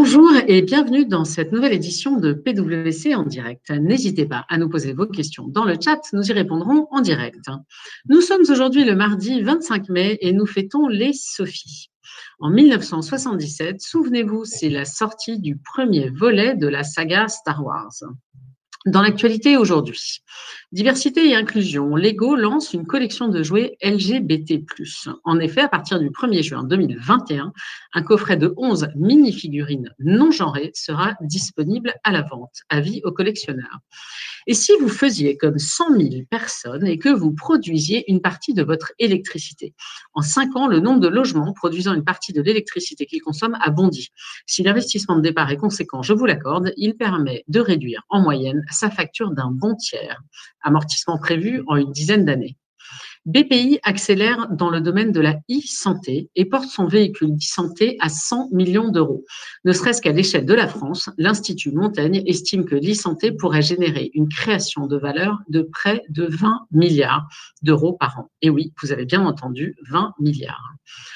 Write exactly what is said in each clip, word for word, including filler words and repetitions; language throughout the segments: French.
Bonjour et bienvenue dans cette nouvelle édition de P W C en direct. N'hésitez pas à nous poser vos questions dans le chat, nous y répondrons en direct. Nous sommes aujourd'hui le mardi vingt-cinq mai et nous fêtons les Sophies. En mille neuf cent soixante-dix-sept, souvenez-vous, c'est la sortie du premier volet de la saga Star Wars. Dans l'actualité aujourd'hui, diversité et inclusion, Lego lance une collection de jouets L G B T plus. En effet, à partir du premier juin deux mille vingt et un, un coffret de onze mini-figurines non genrées sera disponible à la vente. Avis aux collectionneurs. Et si vous faisiez comme cent mille personnes et que vous produisiez une partie de votre électricité? En cinq ans, le nombre de logements produisant une partie de l'électricité qu'ils consomment a bondi. Si l'investissement de départ est conséquent, je vous l'accorde, il permet de réduire en moyenne sa facture d'un bon tiers. Amortissement prévu en une dizaine d'années. B P I accélère dans le domaine de la e-santé et porte son véhicule d'e-santé à cent millions d'euros. Ne serait-ce qu'à l'échelle de la France, l'Institut Montaigne estime que l'e-santé pourrait générer une création de valeur de près de vingt milliards d'euros par an. Et oui, vous avez bien entendu, vingt milliards.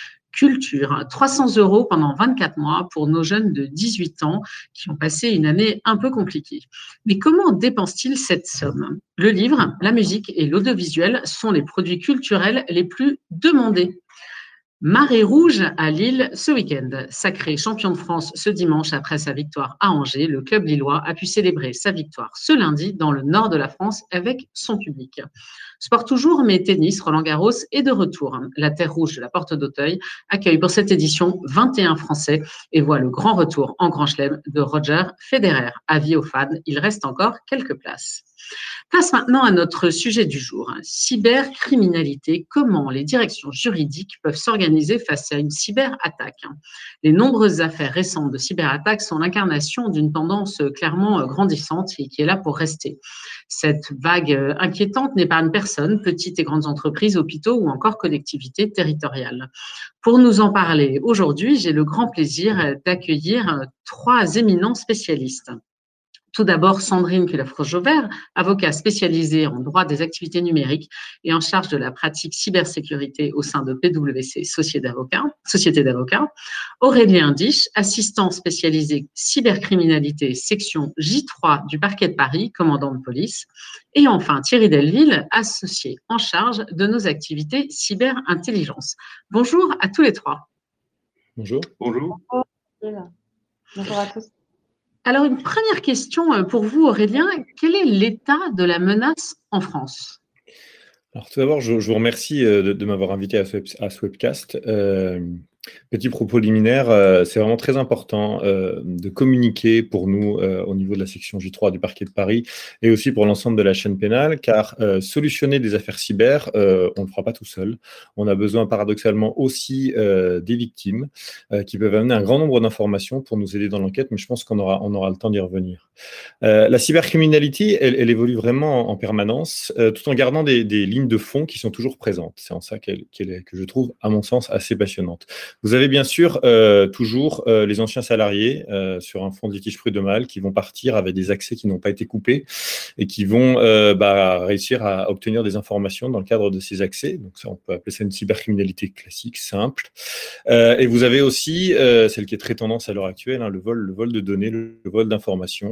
Culture, trois cents euros pendant vingt-quatre mois pour nos jeunes de dix-huit ans qui ont passé une année un peu compliquée. Mais comment dépensent-ils cette somme? Le livre, la musique et l'audiovisuel sont les produits culturels les plus demandés. Marée rouge à Lille ce week-end. Sacré champion de France ce dimanche après sa victoire à Angers, le club lillois a pu célébrer sa victoire ce lundi dans le nord de la France avec son public. Sport toujours, mais tennis, Roland Garros est de retour. La Terre Rouge de la Porte d'Auteuil accueille pour cette édition vingt et un Français et voit le grand retour en Grand Chelem de Roger Federer. Avis aux fans, il reste encore quelques places. Place maintenant à notre sujet du jour, cybercriminalité. Comment les directions juridiques peuvent s'organiser face à une cyberattaque? Les nombreuses affaires récentes de cyberattaques sont l'incarnation d'une tendance clairement grandissante et qui est là pour rester. Cette vague inquiétante n'épargne personne, petites et grandes entreprises, hôpitaux ou encore collectivités territoriales. Pour nous en parler aujourd'hui, j'ai le grand plaisir d'accueillir trois éminents spécialistes. Tout d'abord, Sandrine Culafroche-Jaubert, avocat spécialisée en droit des activités numériques et en charge de la pratique cybersécurité au sein de P W C, Société d'avocats. Société d'avocats. Aurélien Dich, assistant spécialisé cybercriminalité, section J trois du parquet de Paris, commandant de police. Et enfin, Thierry Delville, associé en charge de nos activités cyberintelligence. Bonjour à tous les trois. Bonjour. Bonjour. Bonjour à tous. Alors, une première question pour vous, Aurélien. Quel est l'état de la menace en France? Alors, tout d'abord, je, je vous remercie de, de m'avoir invité à ce, à ce webcast. Euh, petit propos liminaire, euh, c'est vraiment très important euh, de communiquer pour nous euh, au niveau de la section J trois du parquet de Paris et aussi pour l'ensemble de la chaîne pénale, car euh, solutionner des affaires cyber, euh, on ne le fera pas tout seul. On a besoin paradoxalement aussi euh, des victimes euh, qui peuvent amener un grand nombre d'informations pour nous aider dans l'enquête, mais je pense qu'on aura, on aura le temps d'y revenir. Euh, la cybercriminalité, elle, elle évolue vraiment en, en permanence, euh, tout en gardant des, des lignes de fond qui sont toujours présentes. C'est en ça qu'elle, qu'elle est, que je trouve, à mon sens, assez passionnante. Vous avez bien sûr euh, toujours euh, les anciens salariés euh, sur un fonds de litige prud'homal qui vont partir avec des accès qui n'ont pas été coupés et qui vont euh, bah, réussir à obtenir des informations dans le cadre de ces accès. Donc ça, on peut appeler ça une cybercriminalité classique, simple. Euh, et vous avez aussi euh, celle qui est très tendance à l'heure actuelle, hein, le vol, le vol de données, le, le vol d'informations,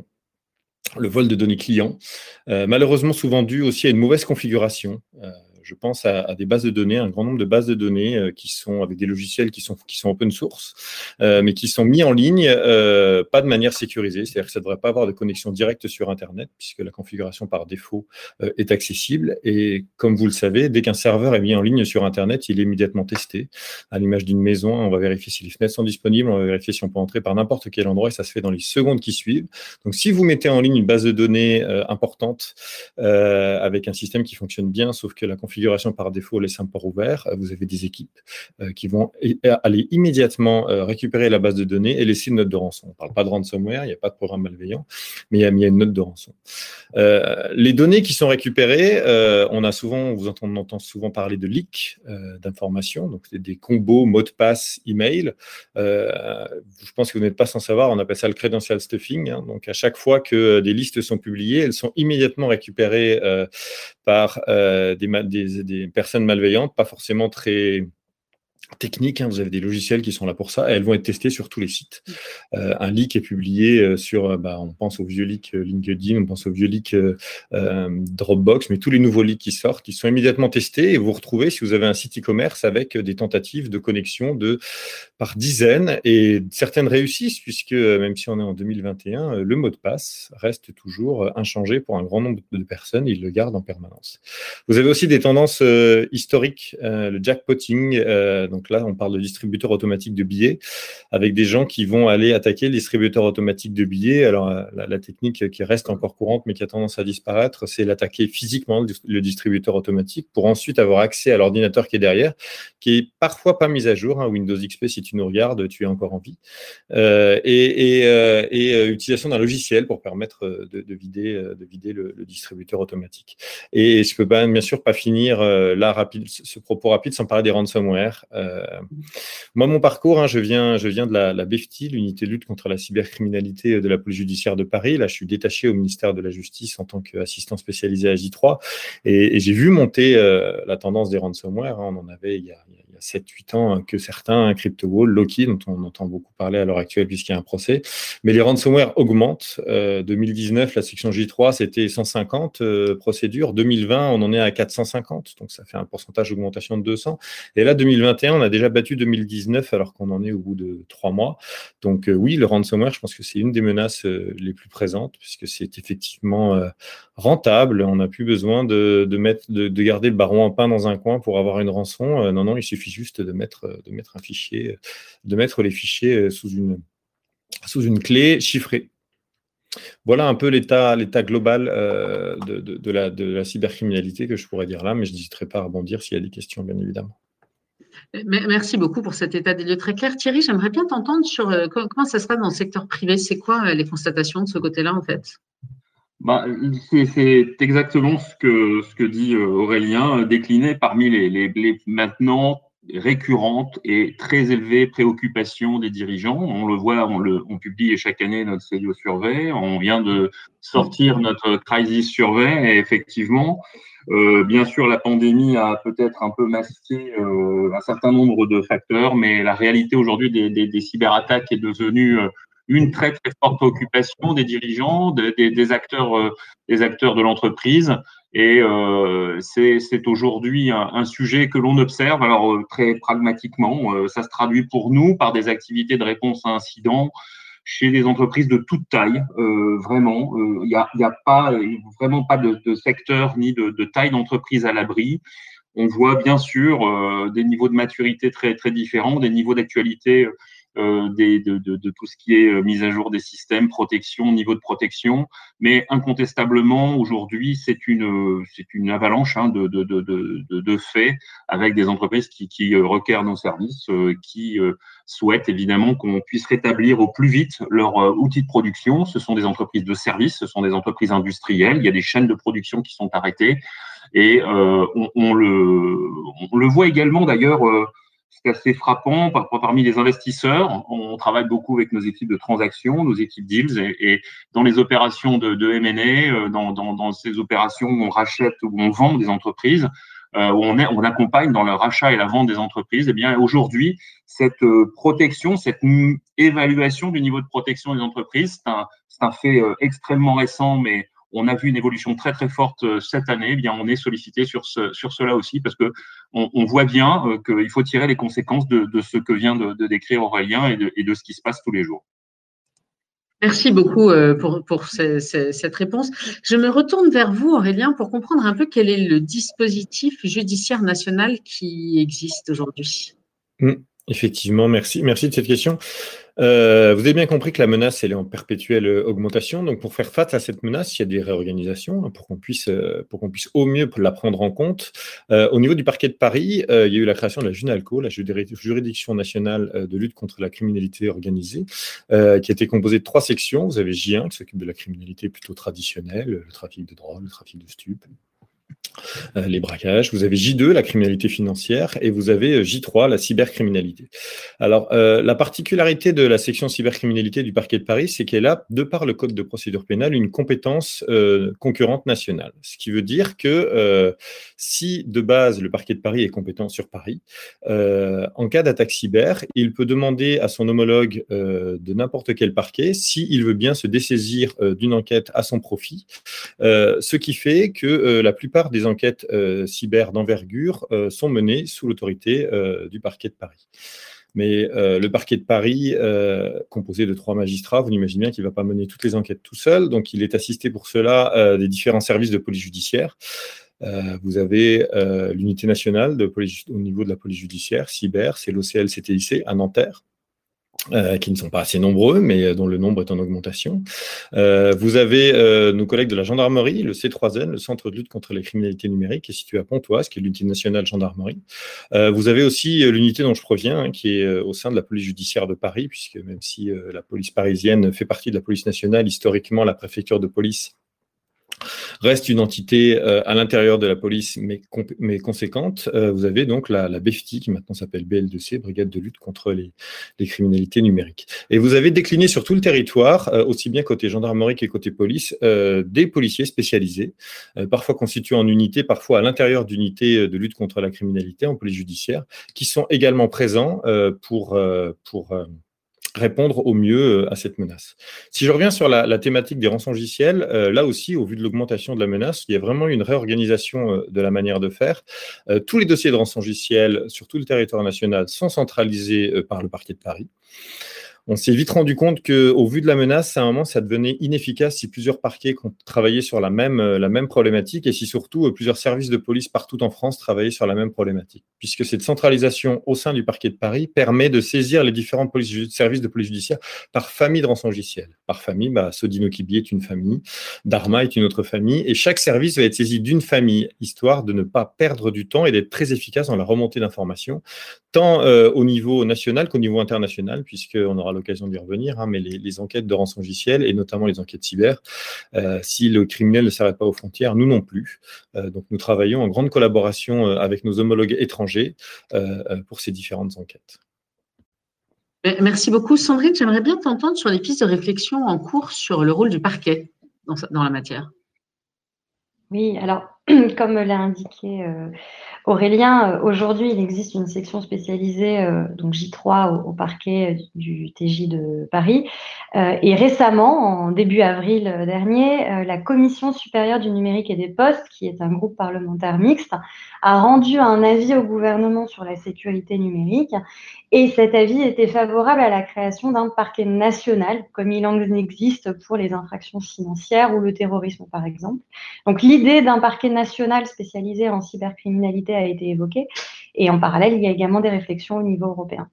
le vol de données clients, euh, malheureusement souvent dû aussi à une mauvaise configuration. Euh, je pense à, à des bases de données, un grand nombre de bases de données euh, qui sont avec des logiciels qui sont, qui sont open source, euh, mais qui sont mis en ligne, euh, pas de manière sécurisée. C'est-à-dire que ça ne devrait pas avoir de connexion directe sur Internet, puisque la configuration par défaut euh, est accessible. Et comme vous le savez, dès qu'un serveur est mis en ligne sur Internet, il est immédiatement testé. À l'image d'une maison, on va vérifier si les fenêtres sont disponibles, on va vérifier si on peut entrer par n'importe quel endroit, et ça se fait dans les secondes qui suivent. Donc, si vous mettez en ligne une base de données euh, importante euh, avec un système qui fonctionne bien, sauf que la configuration par défaut laisse un port ouvert, vous avez des équipes euh, qui vont aller immédiatement euh, récupérer la base de données et laisser une note de rançon. On ne parle pas de ransomware, il n'y a pas de programme malveillant, mais il y a, il y a une note de rançon. Euh, les données qui sont récupérées, euh, on a souvent, vous entend, on entend souvent parler de leaks euh, d'informations, donc c'est des combos mots de passe, email. Euh, je pense que vous n'êtes pas sans savoir, on appelle ça le credential stuffing. Hein, donc à chaque fois que des listes sont publiées, elles sont immédiatement récupérées euh, par euh, des, des, des personnes malveillantes, pas forcément très techniques, hein, vous avez des logiciels qui sont là pour ça, et elles vont être testées sur tous les sites. Euh, un leak est publié euh, sur, bah, on pense au vieux leak euh, LinkedIn, on pense au vieux leak euh, euh, Dropbox, mais tous les nouveaux leaks qui sortent, ils sont immédiatement testés, et vous retrouvez, si vous avez un site e-commerce, avec des tentatives de connexion de, par dizaines, et certaines réussissent, puisque euh, même si on est en deux mille vingt et un, euh, le mot de passe reste toujours euh, inchangé pour un grand nombre de personnes, et ils le gardent en permanence. Vous avez aussi des tendances euh, historiques, euh, le jackpotting, euh, donc là, on parle de distributeurs automatiques de billets, avec des gens qui vont aller attaquer le distributeur automatique de billets. Alors, la, la technique qui reste encore courante, mais qui a tendance à disparaître, c'est l'attaquer physiquement, le, le distributeur automatique, pour ensuite avoir accès à l'ordinateur qui est derrière, qui est parfois pas mis à jour. Hein. Windows X P, si tu nous regardes, tu es encore en vie. Euh, et et, euh, et euh, utilisation d'un logiciel pour permettre de, de vider, de vider le, le distributeur automatique. Et je peux pas, bien sûr pas finir euh, là, rapide, ce propos rapide sans parler des ransomware. Euh, moi, mon parcours, hein, je viens, je viens de la, la B F T, l'unité de lutte contre la cybercriminalité de la police judiciaire de Paris. Là, je suis détaché au ministère de la Justice en tant qu'assistant spécialisé à J trois, et, et j'ai vu monter euh, la tendance des ransomware. Hein. On en avait il y a, il y a sept huit ans hein, que certains, CryptoWall, Loki, dont on entend beaucoup parler à l'heure actuelle puisqu'il y a un procès. Mais les ransomware augmentent. Euh, deux mille dix-neuf, la section J trois, c'était cent cinquante euh, procédures. deux mille vingt, on en est à quatre cent cinquante. Donc, ça fait un pourcentage d'augmentation de deux cents. Et là, deux mille vingt et un, on a déjà battu deux mille dix-neuf alors qu'on en est au bout de trois mois. Donc, euh, oui, le ransomware, je pense que c'est une des menaces euh, les plus présentes puisque c'est effectivement euh, rentable. On n'a plus besoin de, de, mettre, de, de garder le baron en pain dans un coin pour avoir une rançon. Euh, non, non, il suffit juste de mettre, de mettre un fichier, de mettre les fichiers sous une, sous une clé chiffrée. Voilà un peu l'état, l'état global euh, de, de, de, la, de la cybercriminalité que je pourrais dire là, mais je n'hésiterai pas à rebondir s'il y a des questions, bien évidemment. Merci beaucoup pour cet état des lieux très clair. Thierry, j'aimerais bien t'entendre sur euh, comment ça se passe dans le secteur privé. C'est quoi euh, les constatations de ce côté-là, en fait? Bah, c'est, c'est exactement ce que, ce que dit euh, Aurélien, décliné parmi les, les, les maintenant récurrentes et très élevées préoccupations des dirigeants. On le voit, on, le, on publie chaque année notre C E O Survey. On vient de sortir notre Crisis Survey et effectivement, euh, bien sûr, la pandémie a peut-être un peu masqué euh, un certain nombre de facteurs, mais la réalité aujourd'hui des, des, des cyberattaques est devenue euh, une très très forte préoccupation des dirigeants, des, des, des acteurs, euh, des acteurs de l'entreprise. Et euh, c'est, c'est aujourd'hui un, un sujet que l'on observe. Alors euh, très pragmatiquement, euh, ça se traduit pour nous par des activités de réponse à incidents chez des entreprises de toute taille. Euh, vraiment, il n'y a, y a pas vraiment pas de, de secteur ni de, de taille d'entreprise à l'abri. On voit bien sûr euh, des niveaux de maturité très très différents, des niveaux d'actualité. Euh, des, de, de, de tout ce qui est mise à jour des systèmes, protection, niveau de protection, mais incontestablement aujourd'hui c'est une c'est une avalanche hein, de, de, de, de, de faits avec des entreprises qui, qui requièrent nos services, euh, qui euh, souhaitent évidemment qu'on puisse rétablir au plus vite leurs euh, outils de production. Ce sont des entreprises de services, ce sont des entreprises industrielles. Il y a des chaînes de production qui sont arrêtées et euh, on, on le on le voit également d'ailleurs. Euh, C'est assez frappant par, parmi les investisseurs. On travaille beaucoup avec nos équipes de transactions, nos équipes deals, et, et dans les opérations de, de M and A, dans, dans, dans ces opérations où on rachète, où on vend des entreprises, euh, où on, est, on accompagne dans le rachat et la vente des entreprises. Eh bien, aujourd'hui, cette protection, cette évaluation du niveau de protection des entreprises, c'est un, c'est un fait extrêmement récent, mais on a vu une évolution très très forte cette année. Eh bien, on est sollicité sur ce sur cela aussi parce que on, on voit bien euh, qu'il faut tirer les conséquences de, de ce que vient de, de décrire Aurélien et de, et de ce qui se passe tous les jours. Merci beaucoup euh, pour, pour ce, ce, cette réponse. Je me retourne vers vous, Aurélien, pour comprendre un peu quel est le dispositif judiciaire national qui existe aujourd'hui. Mmh, effectivement, merci. Merci de cette question. Euh, vous avez bien compris que la menace, elle est en perpétuelle augmentation. Donc, pour faire face à cette menace, il y a des réorganisations hein, pour qu'on puisse, euh, pour qu'on puisse au mieux la prendre en compte. Euh, au niveau du parquet de Paris, euh, il y a eu la création de la JUNALCO, la Juridiction nationale de lutte contre la criminalité organisée, euh, qui a été composée de trois sections. Vous avez J un qui s'occupe de la criminalité plutôt traditionnelle, le trafic de drogue, le trafic de stupes. Euh, les braquages, vous avez J deux, la criminalité financière, et vous avez J trois, la cybercriminalité. Alors, euh, la particularité de la section cybercriminalité du parquet de Paris, c'est qu'elle a, de par le code de procédure pénale, une compétence euh, concurrente nationale. Ce qui veut dire que euh, si, de base, le parquet de Paris est compétent sur Paris, euh, en cas d'attaque cyber, il peut demander à son homologue euh, de n'importe quel parquet s'il veut bien se dessaisir euh, d'une enquête à son profit, euh, ce qui fait que euh, la plupart des enquêtes euh, cyber d'envergure euh, sont menées sous l'autorité euh, du parquet de Paris. Mais euh, le parquet de Paris, euh, composé de trois magistrats, vous imaginez bien qu'il ne va pas mener toutes les enquêtes tout seul, donc il est assisté pour cela euh, des différents services de police judiciaire. Euh, vous avez euh, l'unité nationale de police, au niveau de la police judiciaire, cyber, c'est l'O C L C T I C à Nanterre. Euh, qui ne sont pas assez nombreux, mais dont le nombre est en augmentation. Euh, vous avez euh, nos collègues de la gendarmerie, le C trois N, le Centre de lutte contre les criminalités numériques, qui est situé à Pontoise, qui est l'unité nationale gendarmerie. Euh, vous avez aussi l'unité dont je proviens, hein, qui est euh, au sein de la police judiciaire de Paris, puisque même si euh, la police parisienne fait partie de la police nationale, historiquement, la préfecture de police reste une entité euh, à l'intérieur de la police, mais, mais conséquente. Euh, vous avez donc la, la B F T I, qui maintenant s'appelle B L deux C, Brigade de lutte contre les, les criminalités numériques. Et vous avez décliné sur tout le territoire, euh, aussi bien côté gendarmerie que côté police, euh, des policiers spécialisés, euh, parfois constitués en unités, parfois à l'intérieur d'unités de lutte contre la criminalité en police judiciaire, qui sont également présents euh, pour... Euh, pour euh, répondre au mieux à cette menace. Si je reviens sur la, la thématique des rançongiciels, euh, là aussi, au vu de l'augmentation de la menace, il y a vraiment une réorganisation euh, de la manière de faire. Euh, tous les dossiers de rançongiciels sur tout le territoire national sont centralisés euh, par le parquet de Paris. On s'est vite rendu compte qu'au vu de la menace, à un moment, ça devenait inefficace si plusieurs parquets travaillaient sur la même, la même problématique et si surtout plusieurs services de police partout en France travaillaient sur la même problématique. Puisque cette centralisation au sein du parquet de Paris permet de saisir les différents police, services de police judiciaire par famille de rançongiciels. Par famille, bah, Sodino Kibi est une famille, Darma est une autre famille, et chaque service va être saisi d'une famille, histoire de ne pas perdre du temps et d'être très efficace dans la remontée d'informations, tant euh, au niveau national qu'au niveau international, puisqu'on aura l'occasion d'y revenir, hein, mais les, les enquêtes de rançongiciel, et notamment les enquêtes cyber, euh, si le criminel ne s'arrête pas aux frontières, nous non plus. Euh, donc nous travaillons en grande collaboration euh, avec nos homologues étrangers euh, pour ces différentes enquêtes. Merci beaucoup. Sandrine, j'aimerais bien t'entendre sur les pistes de réflexion en cours sur le rôle du parquet dans, dans la matière. Oui, alors, comme l'a indiqué euh, Aurélien, euh, aujourd'hui, il existe une section spécialisée, euh, donc J trois au, au parquet du T J de Paris. Euh, et récemment, en début avril dernier, euh, la Commission supérieure du numérique et des postes, qui est un groupe parlementaire mixte, a rendu un avis au gouvernement sur la sécurité numérique. Et cet avis était favorable à la création d'un parquet national, comme il en existe pour les infractions financières ou le terrorisme, par exemple. Donc, l'idée d'un parquet national spécialisé en cybercriminalité a été évoquée. Et en parallèle, il y a également des réflexions au niveau européen.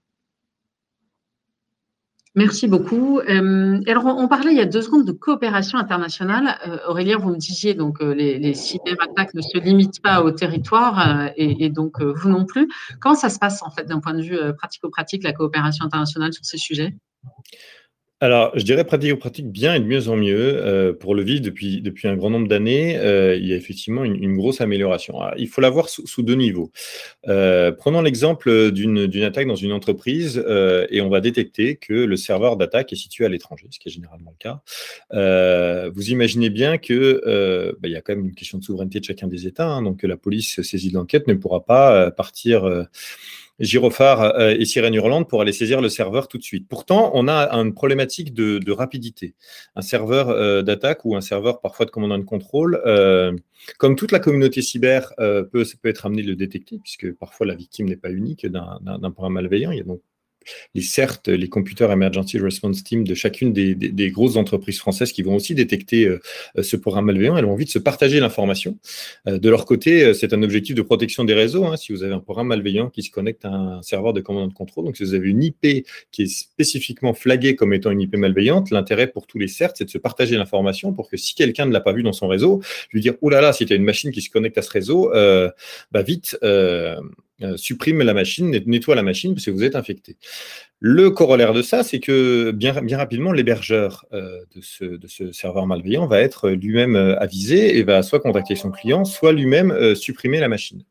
Merci beaucoup. Euh, alors, on, on parlait il y a deux secondes de coopération internationale. Euh, Aurélien, vous me disiez donc euh, les, les cyberattaques ne se limitent pas au territoire euh, et, et donc euh, vous non plus. Comment ça se passe en fait d'un point de vue euh, pratico-pratique, la coopération internationale sur ces sujets ? Alors, je dirais pratico-pratique bien et de mieux en mieux. Euh, pour le vivre depuis, depuis un grand nombre d'années, euh, il y a effectivement une, une grosse amélioration. Alors, il faut la voir sous, sous deux niveaux. Euh, prenons l'exemple d'une, d'une attaque dans une entreprise euh, et on va détecter que le serveur d'attaque est situé à l'étranger, ce qui est généralement le cas. Euh, vous imaginez bien que euh, bah, il y a quand même une question de souveraineté de chacun des États, hein, donc la police saisie de l'enquête ne pourra pas euh, partir... Euh, gyrophare euh, et sirène hurlante pour aller saisir le serveur tout de suite. Pourtant, on a une problématique de, de rapidité. Un serveur euh, d'attaque ou un serveur parfois de commandant de contrôle, euh, comme toute la communauté cyber euh, peut, peut être amené de le détecter, puisque parfois la victime n'est pas unique d'un, d'un, d'un programme malveillant. Il y a donc les certes les Computer Emergency Response Team de chacune des, des, des grosses entreprises françaises qui vont aussi détecter euh, ce programme malveillant. Elles ont envie de se partager l'information. Euh, de leur côté, c'est un objectif de protection des réseaux. Hein, si vous avez un programme malveillant qui se connecte à un serveur de commande de contrôle, donc si vous avez une I P qui est spécifiquement flaguée comme étant une I P malveillante, l'intérêt pour tous les certes, c'est de se partager l'information pour que si quelqu'un ne l'a pas vu dans son réseau, lui dire « Oh là là, si tu as une machine qui se connecte à ce réseau, euh, bah vite, euh, euh, supprime la machine, nettoie la machine parce que vous êtes infecté. Le corollaire de ça, c'est que bien, bien rapidement, l'hébergeur euh, de, ce, de ce serveur malveillant va être lui-même euh, avisé et va soit contacter son client, soit lui-même euh, supprimer la machine.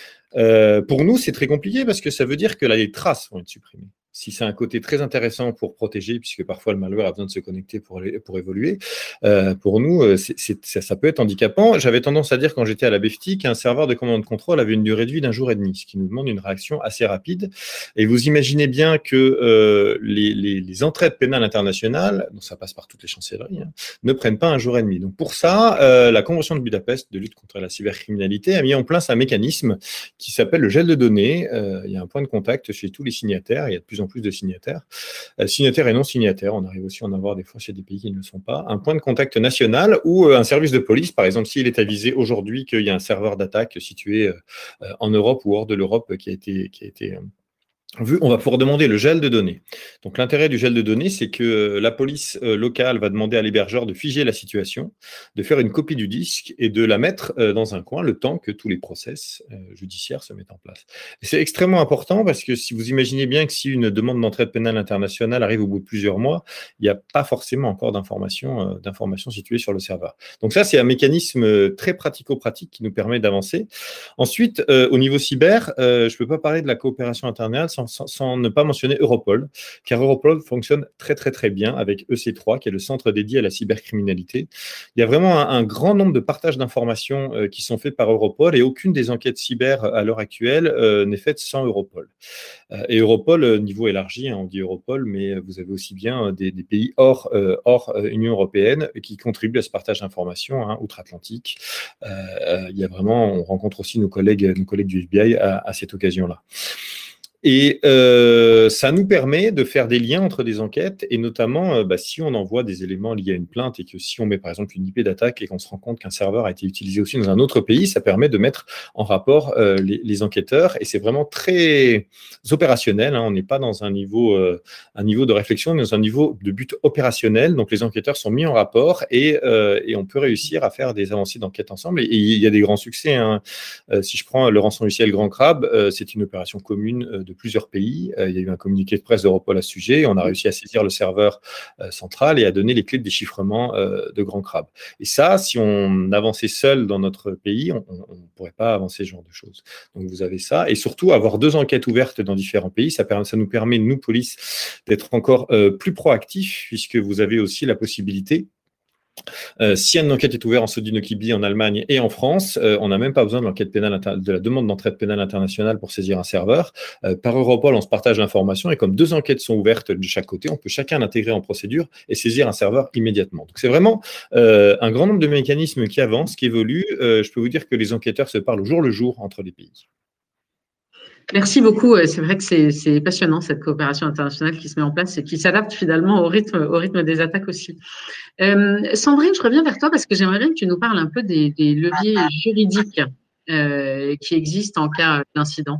Euh, pour nous, c'est très compliqué parce que ça veut dire que là, les traces vont être supprimées. Si c'est un côté très intéressant pour protéger, puisque parfois le malware a besoin de se connecter pour, pour évoluer, euh, pour nous, c'est, c'est, ça, ça peut être handicapant. J'avais tendance à dire quand j'étais à la B F T I qu'un serveur de commande de contrôle avait une durée de vie d'un jour et demi, ce qui nous demande une réaction assez rapide. Et vous imaginez bien que euh, les, les, les entraides pénales internationales, donc ça passe par toutes les chancelleries, hein, ne prennent pas un jour et demi. Donc pour ça, euh, la Convention de Budapest de lutte contre la cybercriminalité a mis en place un mécanisme qui s'appelle le gel de données. Euh, il y a un point de contact chez tous les signataires. Il y a de plus en plus de signataires. Euh, signataires et non signataires. On arrive aussi à en avoir des fois chez des pays qui ne le sont pas. Un point de contact national ou euh, un service de police, par exemple, s'il est avisé aujourd'hui qu'il y a un serveur d'attaque situé euh, en Europe ou hors de l'Europe qui a été, qui a été euh, vu, on va pouvoir demander le gel de données. Donc l'intérêt du gel de données, c'est que la police euh, locale va demander à l'hébergeur de figer la situation, de faire une copie du disque et de la mettre euh, dans un coin le temps que tous les process euh, judiciaires se mettent en place. Et c'est extrêmement important parce que si vous imaginez bien que si une demande d'entraide pénale internationale arrive au bout de plusieurs mois, il n'y a pas forcément encore d'informations, euh, d'informations situées sur le serveur. Donc ça, c'est un mécanisme très pratico-pratique qui nous permet d'avancer. Ensuite, euh, au niveau cyber, euh, je ne peux pas parler de la coopération internationale sans Sans, sans ne pas mentionner Europol, car Europol fonctionne très très très bien avec E C trois, qui est le centre dédié à la cybercriminalité. Il y a vraiment un, un grand nombre de partages d'informations euh, qui sont faits par Europol et aucune des enquêtes cyber à l'heure actuelle euh, n'est faite sans Europol. Euh, et Europol, euh, niveau élargi, hein, on dit Europol, mais vous avez aussi bien des, des pays hors, euh, hors euh, Union européenne qui contribuent à ce partage d'informations hein, outre-Atlantique. Euh, il y a vraiment, on rencontre aussi nos collègues, nos collègues du F B I à, à cette occasion-là. Et euh, ça nous permet de faire des liens entre des enquêtes et notamment euh, bah, si on envoie des éléments liés à une plainte et que si on met par exemple une I P d'attaque et qu'on se rend compte qu'un serveur a été utilisé aussi dans un autre pays, ça permet de mettre en rapport euh, les, les enquêteurs et c'est vraiment très opérationnel. Hein, on n'est pas dans un niveau, euh, un niveau de réflexion, mais dans un niveau de but opérationnel. Donc les enquêteurs sont mis en rapport et, euh, et on peut réussir à faire des avancées d'enquête ensemble. Et, et il y a des grands succès. Hein. Euh, si je prends le rançongiciel Grand Crabe, euh, c'est une opération commune euh, de plusieurs pays. Euh, il y a eu un communiqué de presse d'Europol à ce sujet. On a réussi à saisir le serveur euh, central et à donner les clés de déchiffrement euh, de Grand Crabe. Et ça, si on avançait seul dans notre pays, on ne pourrait pas avancer ce genre de choses. Donc vous avez ça. Et surtout, avoir deux enquêtes ouvertes dans différents pays, ça, permet, ça nous permet, nous, police, d'être encore euh, plus proactifs, puisque vous avez aussi la possibilité. Euh, si une enquête est ouverte en Sodinokibi en Allemagne et en France, euh, on n'a même pas besoin de l'enquête pénale inter- de la demande d'entraide pénale internationale pour saisir un serveur. Euh, par Europol, on se partage l'information et comme deux enquêtes sont ouvertes de chaque côté, on peut chacun l'intégrer en procédure et saisir un serveur immédiatement. Donc c'est vraiment euh, un grand nombre de mécanismes qui avancent, qui évoluent. Euh, je peux vous dire que les enquêteurs se parlent au jour le jour entre les pays. Merci beaucoup. C'est vrai que c'est, c'est passionnant, cette coopération internationale qui se met en place et qui s'adapte finalement au rythme, au rythme des attaques aussi. Euh, Sandrine, je reviens vers toi parce que j'aimerais bien que tu nous parles un peu des, des leviers juridiques euh, qui existent en cas d'incident.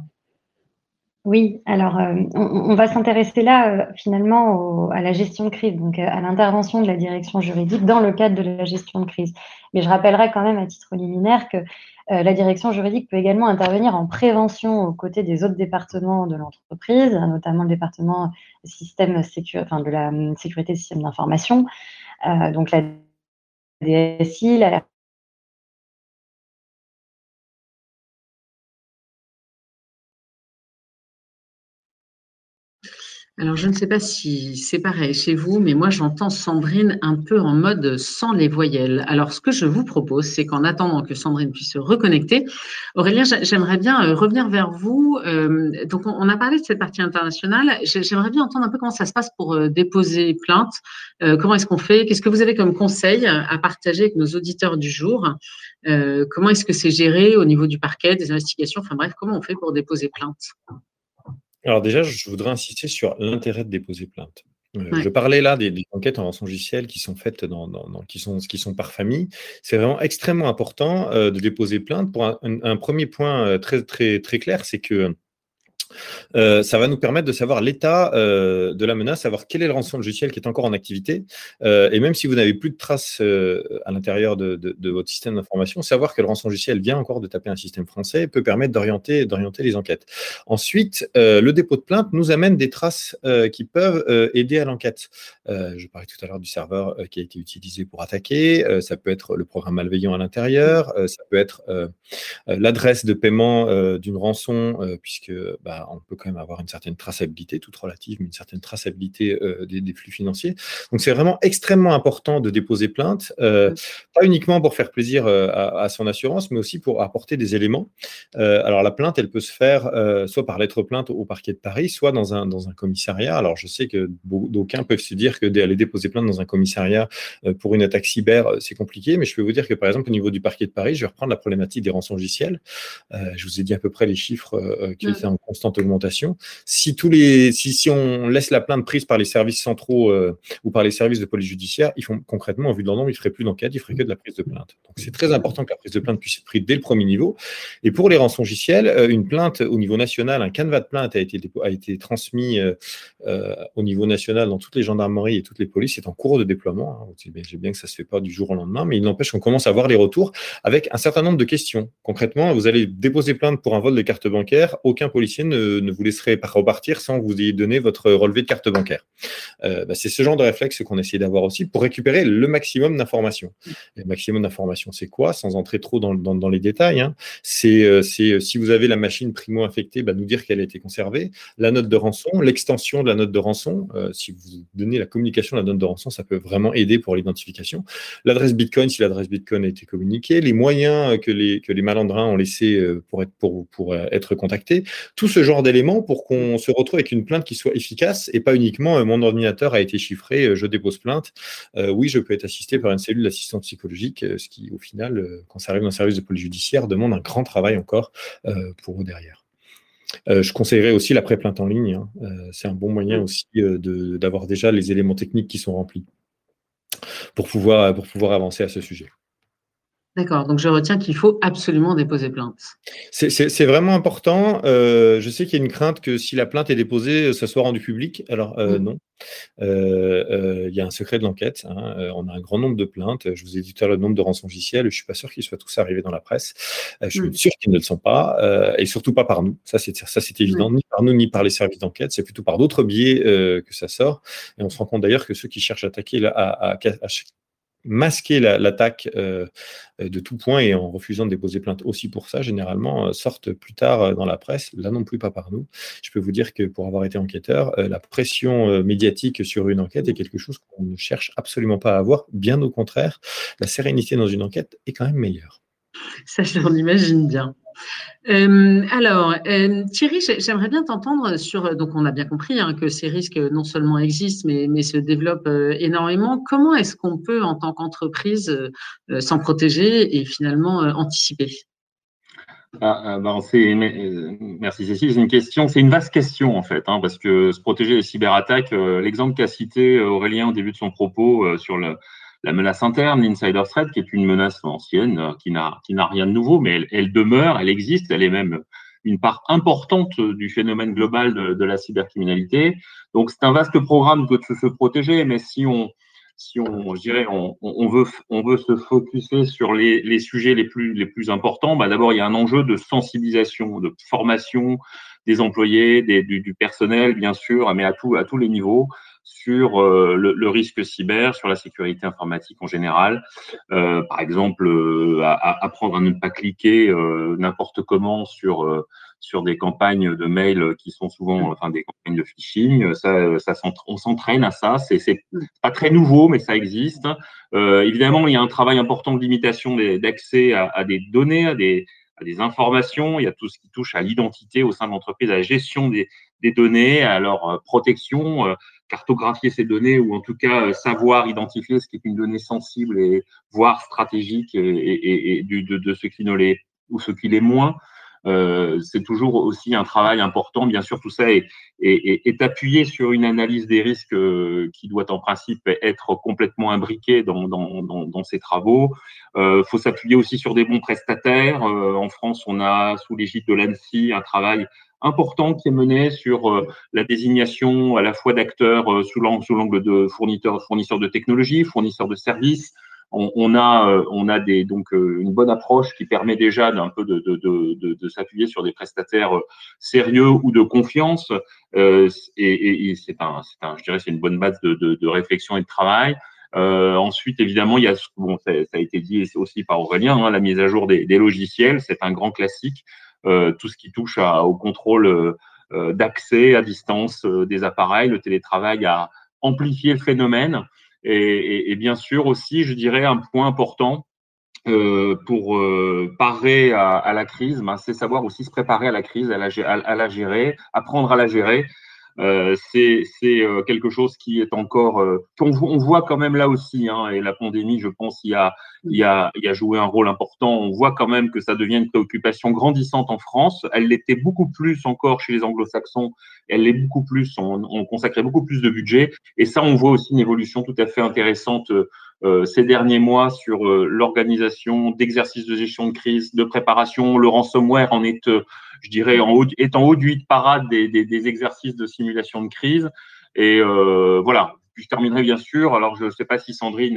Oui, alors euh, on, on va s'intéresser là euh, finalement au, à la gestion de crise, donc à l'intervention de la direction juridique dans le cadre de la gestion de crise. Mais je rappellerai quand même à titre liminaire que euh, la direction juridique peut également intervenir en prévention aux côtés des autres départements de l'entreprise, notamment le département système sécu- enfin, de la sécurité des systèmes d'information, euh, donc la D S I, la Alors, je ne sais pas si c'est pareil chez vous, mais moi, j'entends Sandrine un peu en mode sans les voyelles. Alors, ce que je vous propose, c'est qu'en attendant que Sandrine puisse se reconnecter, Aurélien, j'aimerais bien revenir vers vous. Donc, on a parlé de cette partie internationale. J'aimerais bien entendre un peu comment ça se passe pour déposer plainte. Comment est-ce qu'on fait? Qu'est-ce que vous avez comme conseil à partager avec nos auditeurs du jour? Comment est-ce que c'est géré au niveau du parquet, des investigations? Enfin bref, comment on fait pour déposer plainte? Alors déjà, je voudrais insister sur l'intérêt de déposer plainte. Euh, Ouais. Je parlais là des, des enquêtes en rançongiciel qui sont faites dans, dans, dans- qui sont, qui sont par famille. C'est vraiment extrêmement important euh, de déposer plainte pour un, un- un premier point euh, très, très, très clair, c'est que Euh, ça va nous permettre de savoir l'état euh, de la menace, savoir quel est le rançon logiciel qui est encore en activité. Euh, et même si vous n'avez plus de traces euh, à l'intérieur de, de, de votre système d'information, savoir que le rançon logiciel vient encore de taper un système français peut permettre d'orienter, d'orienter les enquêtes. Ensuite, euh, le dépôt de plainte nous amène des traces euh, qui peuvent euh, aider à l'enquête. Euh, je parlais tout à l'heure du serveur euh, qui a été utilisé pour attaquer. Euh, ça peut être le programme malveillant à l'intérieur. Euh, ça peut être euh, l'adresse de paiement euh, d'une rançon, euh, puisque bah, on peut quand même avoir une certaine traçabilité, toute relative, mais une certaine traçabilité euh, des, des flux financiers. Donc, c'est vraiment extrêmement important de déposer plainte, euh, pas uniquement pour faire plaisir euh, à, à son assurance, mais aussi pour apporter des éléments. Euh, alors, la plainte, elle peut se faire euh, soit par lettre plainte au parquet de Paris, soit dans un, dans un commissariat. Alors, je sais que d'aucuns peuvent se dire que d'aller déposer plainte dans un commissariat euh, pour une attaque cyber, c'est compliqué, mais je peux vous dire que, par exemple, au niveau du parquet de Paris, je vais reprendre la problématique des rançons logiciels. Euh, je vous ai dit à peu près les chiffres euh, qui étaient en constante augmentation. Si, tous les, si, si on laisse la plainte prise par les services centraux euh, ou par les services de police judiciaire, ils font concrètement, en vue de leur nombre, ils ne feraient plus d'enquête, ils ne feraient que de la prise de plainte. Donc, c'est très important que la prise de plainte puisse être prise dès le premier niveau. Et pour les rançons logiciels, euh, une plainte au niveau national, un canevas de plainte a été, a été transmis euh, euh, au niveau national dans toutes les gendarmeries et toutes les polices. C'est en cours de déploiement. Hein. J'ai bien, bien que ça ne se fait pas du jour au lendemain, mais il n'empêche qu'on commence à voir les retours avec un certain nombre de questions. Concrètement, vous allez déposer plainte pour un vol de carte bancaire, aucun policier ne, ne vous laisserait pas repartir sans que vous ayez donné votre relevé de carte bancaire. Euh, bah, c'est ce genre de réflexe qu'on essaie d'avoir aussi pour récupérer le maximum d'informations. Le maximum d'informations, c'est quoi? Sans entrer trop dans, dans, dans les détails, hein. C'est euh, si vous avez la machine primo-infectée, bah, nous dire qu'elle a été conservée, la note de rançon, l'extension de la note de rançon. Euh, si vous donnez la communication de la note de rançon, ça peut vraiment aider pour l'identification. L'adresse Bitcoin, si l'adresse Bitcoin a été communiquée, les moyens que les, que les malandrins ont laissés pour être, pour, pour être contactés, tout ce genre d'éléments pour qu'on se retrouve avec une plainte qui soit efficace et pas uniquement euh, mon ordinateur a été chiffré, euh, je dépose plainte. Euh, oui, je peux être assisté par une cellule d'assistance psychologique, euh, ce qui, au final, euh, quand ça arrive dans un service de police judiciaire, demande un grand travail encore euh, pour eux derrière. Euh, je conseillerais aussi la pré-plainte en ligne. Hein. Euh, c'est un bon moyen aussi euh, de, d'avoir déjà les éléments techniques qui sont remplis pour pouvoir, pour pouvoir avancer à ce sujet. D'accord, donc je retiens qu'il faut absolument déposer plainte. C'est vraiment important. Euh, je sais qu'il y a une crainte que si la plainte est déposée, ça soit rendu public. Alors euh, mmh. non, euh, euh, il y a un secret de l'enquête. Hein. Euh, on a un grand nombre de plaintes. Je vous ai dit tout à l'heure le nombre de rançons logicielles. Je ne suis pas sûr qu'ils soient tous arrivés dans la presse. Euh, je suis mmh. sûr qu'ils ne le sont pas, euh, et surtout pas par nous. Ça, c'est ça, c'est évident, mmh. ni par nous ni par les services d'enquête. C'est plutôt par d'autres biais euh, que ça sort. Et on se rend compte d'ailleurs que ceux qui cherchent à attaquer là, à, à, à masquer l'attaque la, euh, de tout point et en refusant de déposer plainte aussi pour ça, généralement, euh, sortent plus tard euh, dans la presse, là non plus pas par nous. Je peux vous dire que pour avoir été enquêteur, euh, la pression euh, médiatique sur une enquête est quelque chose qu'on ne cherche absolument pas à avoir, bien au contraire, la sérénité dans une enquête est quand même meilleure. Ça, je l'en imagine bien. Euh, alors, euh, Thierry, j'aimerais bien t'entendre sur, donc on a bien compris hein, que ces risques non seulement existent, mais, mais se développent euh, énormément. Comment est-ce qu'on peut, en tant qu'entreprise, euh, s'en protéger et finalement euh, anticiper? Ah, ben c'est, merci Cécile, c'est une question, c'est une vaste question en fait, hein, parce que se protéger des cyberattaques, euh, l'exemple qu'a cité Aurélien au début de son propos euh, sur le la menace interne, l'insider threat, qui est une menace ancienne, euh, qui n'a qui n'a rien de nouveau, mais elle, elle demeure, elle existe, elle est même une part importante du phénomène global de, de la cybercriminalité. Donc c'est un vaste programme que de se protéger, mais si on si on, je dirais, on, on veut on veut se focuser sur les, les sujets les plus les plus importants, bah d'abord il y a un enjeu de sensibilisation, de formation des employés, des, du, du personnel bien sûr, mais à tout à tous les niveaux, sur euh, le, le risque cyber, sur la sécurité informatique en général. Euh, par exemple, euh, à, à apprendre à ne pas cliquer euh, n'importe comment sur euh, sur des campagnes de mails qui sont souvent, enfin des campagnes de phishing. Ça, ça on s'entraîne à ça. C'est c'est pas très nouveau, mais ça existe. Euh, évidemment, il y a un travail important de limitation d'accès à, à des données, à des à des informations. Il y a tout ce qui touche à l'identité au sein de l'entreprise, à la gestion des, des données, à leur protection, euh, cartographier ces données ou en tout cas euh, savoir identifier ce qui est une donnée sensible et voire stratégique et, et, et de, de ce qui ne l'est ou ce qui l'est moins. Euh, c'est toujours aussi un travail important. Bien sûr, tout ça est, est, est appuyé sur une analyse des risques euh, qui doit en principe être complètement imbriquée dans, dans, dans, dans ces travaux. Il euh, faut s'appuyer aussi sur des bons prestataires. Euh, en France, on a sous l'égide de l'A N S I un travail important qui est mené sur euh, la désignation à la fois d'acteurs euh, sous l'angle de fournisseurs, fournisseurs de technologies, fournisseurs de services. On, on a, euh, on a des, donc euh, une bonne approche qui permet déjà d'un peu de, de, de, de, de s'appuyer sur des prestataires euh, sérieux ou de confiance. Euh, et et, et c'est un, c'est un, je dirais, c'est une bonne base de, de, de réflexion et de travail. Euh, ensuite, évidemment, il y a, bon, ça, ça a été dit aussi par Aurélien, hein, la mise à jour des, des logiciels, c'est un grand classique. Euh, tout ce qui touche à, au contrôle euh, d'accès à distance euh, des appareils, le télétravail a amplifié le phénomène. Et, et, et bien sûr aussi, je dirais, un point important euh, pour euh, parer à, à la crise, ben, c'est savoir aussi se préparer à la crise, à la, à, à la gérer, apprendre à la gérer. Euh, c'est c'est euh, quelque chose qui est encore euh, qu'on on voit quand même là aussi, hein, et la pandémie, je pense, il y a il y a il y a joué un rôle important. On voit quand même que ça devient une préoccupation grandissante en France. Elle l'était beaucoup plus encore chez les Anglo-Saxons. Elle l'est beaucoup plus. On, on consacrait beaucoup plus de budget. Et ça, on voit aussi une évolution tout à fait intéressante euh, ces derniers mois sur euh, l'organisation d'exercices de gestion de crise, de préparation. Le ransomware en est euh, je dirais, en haut, est en haut du hit parade des, des, des exercices de simulation de crise. Et euh, voilà, puis je terminerai bien sûr. Alors, je ne sais pas si Sandrine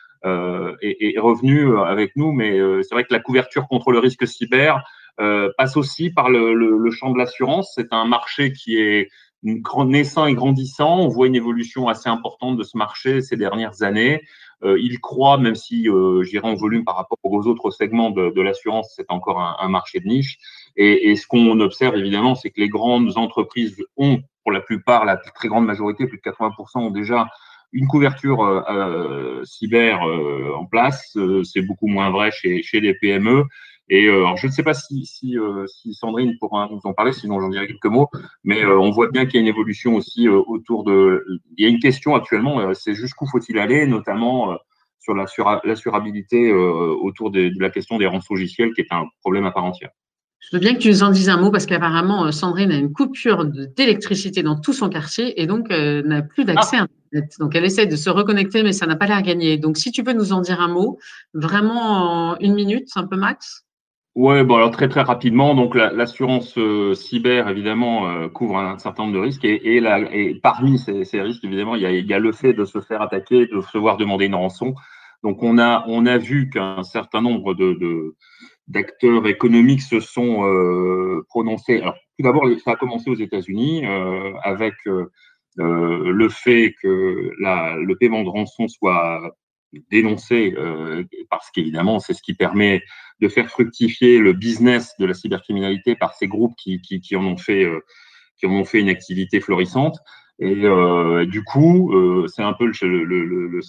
euh, est, est revenue avec nous, mais euh, c'est vrai que la couverture contre le risque cyber euh, passe aussi par le, le, le champ de l'assurance. C'est un marché qui est naissant et grandissant. On voit une évolution assez importante de ce marché ces dernières années. Euh, il croît, même si, euh, je dirais, en volume par rapport aux autres segments de, de l'assurance, c'est encore un, un marché de niche. Et, et ce qu'on observe, évidemment, c'est que les grandes entreprises ont, pour la plupart, la très grande majorité, plus de quatre-vingts pour cent, ont déjà une couverture euh, cyber euh, en place. Euh, c'est beaucoup moins vrai chez, chez les P M E. Et euh, alors je ne sais pas si, si, euh, si Sandrine pourra nous en parler, sinon j'en dirai quelques mots, mais euh, on voit bien qu'il y a une évolution aussi euh, autour de… Il y a une question actuellement, euh, c'est jusqu'où faut-il aller, notamment euh, sur l'assurabilité euh, autour de, de la question des rançongiciels, qui est un problème à part entière. Je veux bien que tu nous en dises un mot parce qu'apparemment, Sandrine a une coupure d'électricité dans tout son quartier et donc euh, n'a plus d'accès à Internet. Donc, elle essaie de se reconnecter, mais ça n'a pas l'air gagné. Donc, si tu peux nous en dire un mot, vraiment en une minute, un peu max. Ouais, bon alors très très rapidement, donc l'assurance euh, cyber évidemment euh, couvre un, un certain nombre de risques et, et, la, et parmi ces, ces risques évidemment il y, a, il y a le fait de se faire attaquer, de se voir demander une rançon. Donc on a on a vu qu'un certain nombre de, de d'acteurs économiques se sont euh, prononcés. Alors tout d'abord ça a commencé aux États-Unis euh, avec euh, euh, le fait que la, le paiement de rançon soit dénoncé euh, parce qu'évidemment c'est ce qui permet de faire fructifier le business de la cybercriminalité par ces groupes qui, qui, qui en ont fait euh, qui en ont fait une activité florissante. Et euh, du coup, euh, c'est un peu le, le, le, le,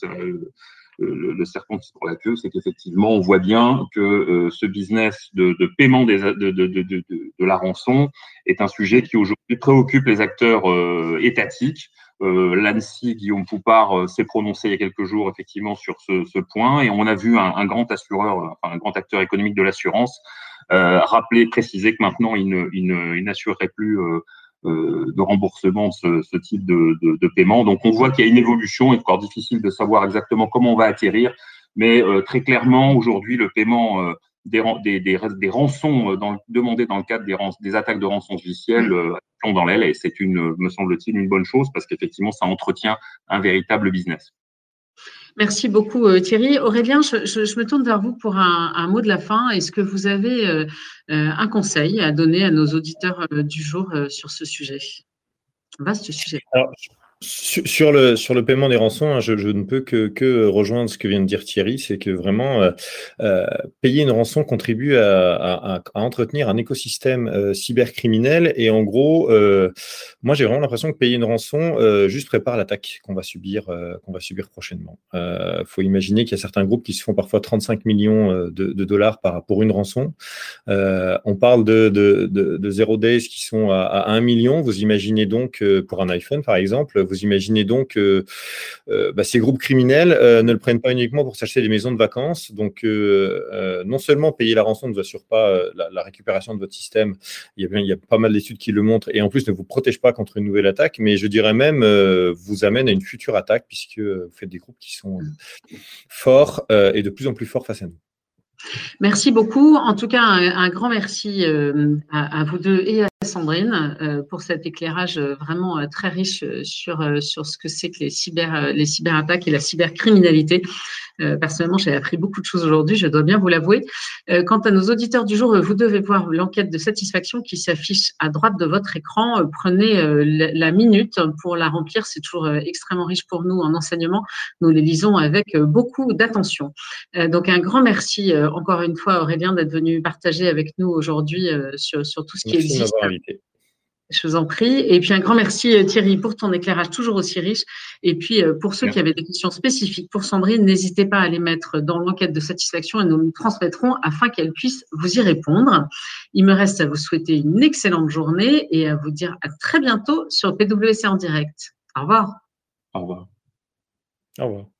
le, le serpent qui se prend la queue, c'est qu'effectivement, on voit bien que euh, ce business de, de paiement des, de, de, de, de, de la rançon est un sujet qui aujourd'hui préoccupe les acteurs euh, étatiques. Euh, L'ANSSI, Guillaume Poupard, euh, s'est prononcé il y a quelques jours effectivement sur ce, ce point, et on a vu un, un grand assureur, enfin un grand acteur économique de l'assurance, euh, rappeler, préciser que maintenant il, ne, il, ne, il n'assurerait plus euh, euh, de remboursement ce, ce type de, de, de paiement. Donc on voit qu'il y a une évolution. Il est encore difficile de savoir exactement comment on va atterrir, mais euh, très clairement aujourd'hui le paiement euh, des, des, des, des rançons dans, demandées dans le cadre des, des attaques de rançongiciel euh, plomb dans l'aile, et c'est une, me semble-t-il, une bonne chose parce qu'effectivement ça entretient un véritable business. Merci beaucoup Thierry. Aurélien, je, je, je me tourne vers vous pour un, un mot de la fin. Est-ce que vous avez euh, un conseil à donner à nos auditeurs euh, du jour euh, sur ce sujet? Vaste sujet. Alors, sur, sur, le, sur le paiement des rançons, hein, je, je ne peux que, que rejoindre ce que vient de dire Thierry, c'est que vraiment, euh, euh, payer une rançon contribue à, à, à entretenir un écosystème euh, cybercriminel. Et en gros, euh, moi, j'ai vraiment l'impression que payer une rançon euh, juste prépare l'attaque qu'on va subir, euh, qu'on va subir prochainement. Il euh, faut imaginer qu'il y a certains groupes qui se font parfois trente-cinq millions de, de dollars par, pour une rançon. Euh, on parle de, de, de, de zero days qui sont à, à un million. Vous imaginez donc, euh, pour un iPhone par exemple, vous imaginez donc euh, euh, bah, ces groupes criminels euh, ne le prennent pas uniquement pour s'acheter des maisons de vacances. Donc, euh, euh, non seulement payer la rançon ne vous assure pas euh, la, la récupération de votre système, il y a, bien, il y a pas mal d'études qui le montrent, et en plus ne vous protège pas contre une nouvelle attaque, mais je dirais même euh, vous amène à une future attaque puisque vous faites des groupes qui sont euh, forts euh, et de plus en plus forts face à nous. Merci beaucoup. En tout cas, un, un grand merci euh, à, à vous deux et à Sandrine euh, pour cet éclairage vraiment euh, très riche sur, euh, sur ce que c'est que les, cyber, les cyberattaques et la cybercriminalité. Euh, personnellement, j'ai appris beaucoup de choses aujourd'hui, je dois bien vous l'avouer. Euh, quant à nos auditeurs du jour, vous devez voir l'enquête de satisfaction qui s'affiche à droite de votre écran. Euh, prenez euh, la, la minute pour la remplir, c'est toujours euh, extrêmement riche pour nous en enseignement. Nous les lisons avec euh, beaucoup d'attention. Euh, donc un grand merci euh, encore une fois Aurélien d'être venu partager avec nous aujourd'hui euh, sur, sur tout ce qui Merci existe. de m'avoir invité. Je vous en prie. Et puis un grand merci Thierry pour ton éclairage toujours aussi riche. Et puis pour ceux qui avaient des questions spécifiques pour Sandrine, n'hésitez pas à les mettre dans l'enquête de satisfaction et nous le transmettrons afin qu'elle puisse vous y répondre. Il me reste à vous souhaiter une excellente journée et à vous dire à très bientôt sur P W C en direct. Au revoir. Au revoir. Au revoir.